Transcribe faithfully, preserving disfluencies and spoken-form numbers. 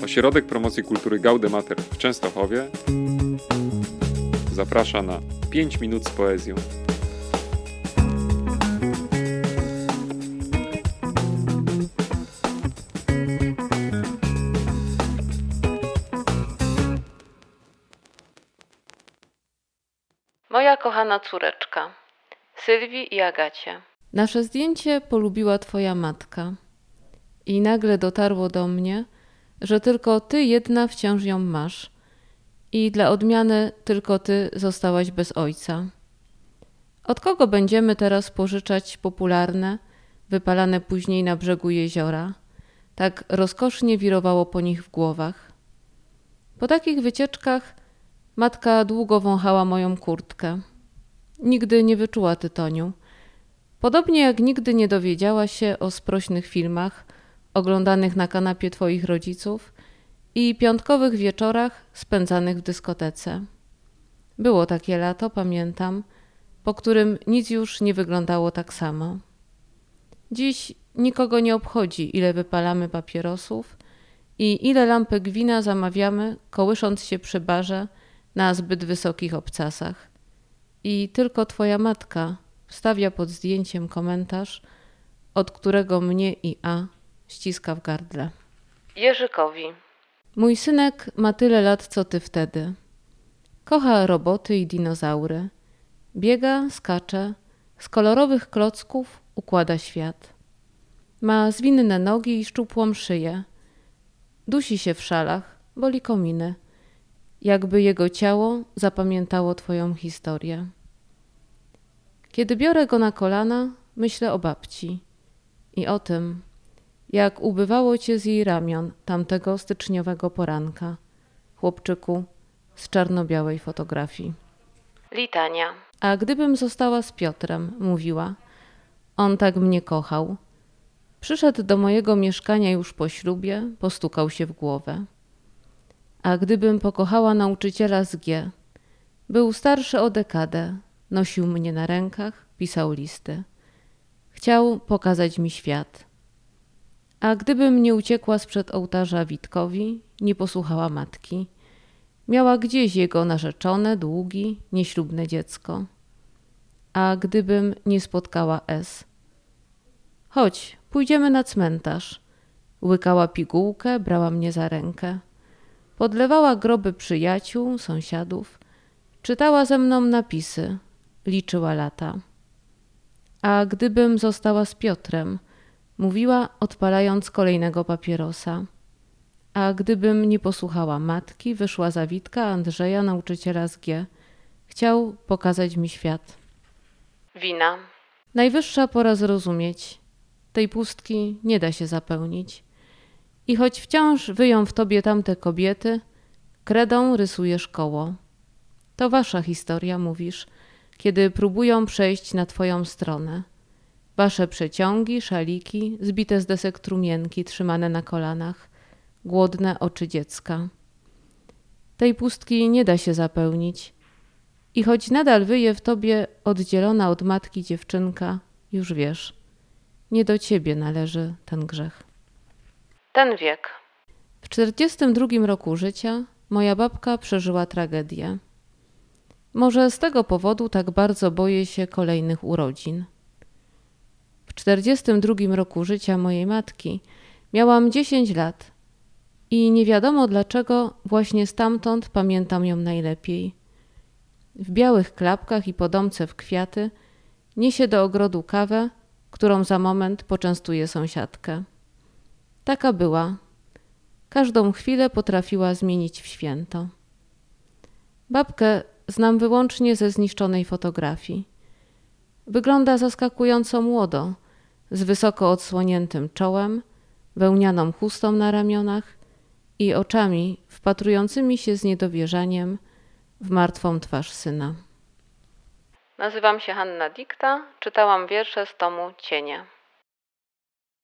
Ośrodek Promocji Kultury Gaudemater w Częstochowie zaprasza na pięć minut z poezją. Moja kochana córeczka, Sylwii i Agacie. Nasze zdjęcie polubiła twoja matka i nagle dotarło do mnie, że tylko ty jedna wciąż ją masz i dla odmiany tylko ty zostałaś bez ojca. Od kogo będziemy teraz pożyczać popularne, wypalane później na brzegu jeziora? Tak rozkosznie wirowało po nich w głowach. Po takich wycieczkach matka długo wąchała moją kurtkę. Nigdy nie wyczuła tytoniu. Podobnie jak nigdy nie dowiedziała się o sprośnych filmach oglądanych na kanapie twoich rodziców i piątkowych wieczorach spędzanych w dyskotece. Było takie lato, pamiętam, po którym nic już nie wyglądało tak samo. Dziś nikogo nie obchodzi, ile wypalamy papierosów i ile lampek wina zamawiamy, kołysząc się przy barze na zbyt wysokich obcasach. I tylko twoja matka wstawia pod zdjęciem komentarz, od którego mnie i A ściska w gardle. Jerzykowi. Mój synek ma tyle lat, co ty wtedy. Kocha roboty i dinozaury. Biega, skacze, z kolorowych klocków układa świat. Ma zwinne nogi i szczupłą szyję. Dusi się w szalach, boli kominy. Jakby jego ciało zapamiętało twoją historię. Kiedy biorę go na kolana, myślę o babci i o tym, jak ubywało cię z jej ramion tamtego styczniowego poranka, chłopczyku z czarno-białej fotografii. Litania. A gdybym została z Piotrem, mówiła, on tak mnie kochał. Przyszedł do mojego mieszkania już po ślubie, postukał się w głowę. A gdybym pokochała nauczyciela z G, był starszy o dekadę, nosił mnie na rękach, pisał listy. Chciał pokazać mi świat. A gdybym nie uciekła sprzed ołtarza Witkowi, nie posłuchała matki, miała gdzieś jego narzeczone, długi, nieślubne dziecko. A gdybym nie spotkała S. Chodź, pójdziemy na cmentarz. Łykała pigułkę, brała mnie za rękę. Podlewała groby przyjaciół, sąsiadów. Czytała ze mną napisy. Liczyła lata. A gdybym została z Piotrem, mówiła, odpalając kolejnego papierosa. A gdybym nie posłuchała matki, wyszła za Witka, Andrzeja, nauczyciela z G. Chciał pokazać mi świat. Wina. Najwyższa pora zrozumieć. Tej pustki nie da się zapełnić. I choć wciąż wyją w tobie tamte kobiety, kredą rysujesz koło. To wasza historia, mówisz, kiedy próbują przejść na twoją stronę. Wasze przeciągi, szaliki, zbite z desek trumienki trzymane na kolanach, głodne oczy dziecka. Tej pustki nie da się zapełnić. I choć nadal wyje w tobie oddzielona od matki dziewczynka, już wiesz, nie do ciebie należy ten grzech. Ten wiek. W czterdziestym drugim roku życia moja babka przeżyła tragedię. Może z tego powodu tak bardzo boję się kolejnych urodzin. W czterdziestym drugim roku życia mojej matki miałam dziesięć lat i nie wiadomo dlaczego właśnie stamtąd pamiętam ją najlepiej. W białych klapkach i podomce w kwiaty niesie do ogrodu kawę, którą za moment poczęstuje sąsiadkę. Taka była. Każdą chwilę potrafiła zmienić w święto. Babkę znam wyłącznie ze zniszczonej fotografii. Wygląda zaskakująco młodo, z wysoko odsłoniętym czołem, wełnianą chustą na ramionach i oczami wpatrującymi się z niedowierzaniem w martwą twarz syna. Nazywam się Hanna Dikta, czytałam wiersze z tomu Cienie.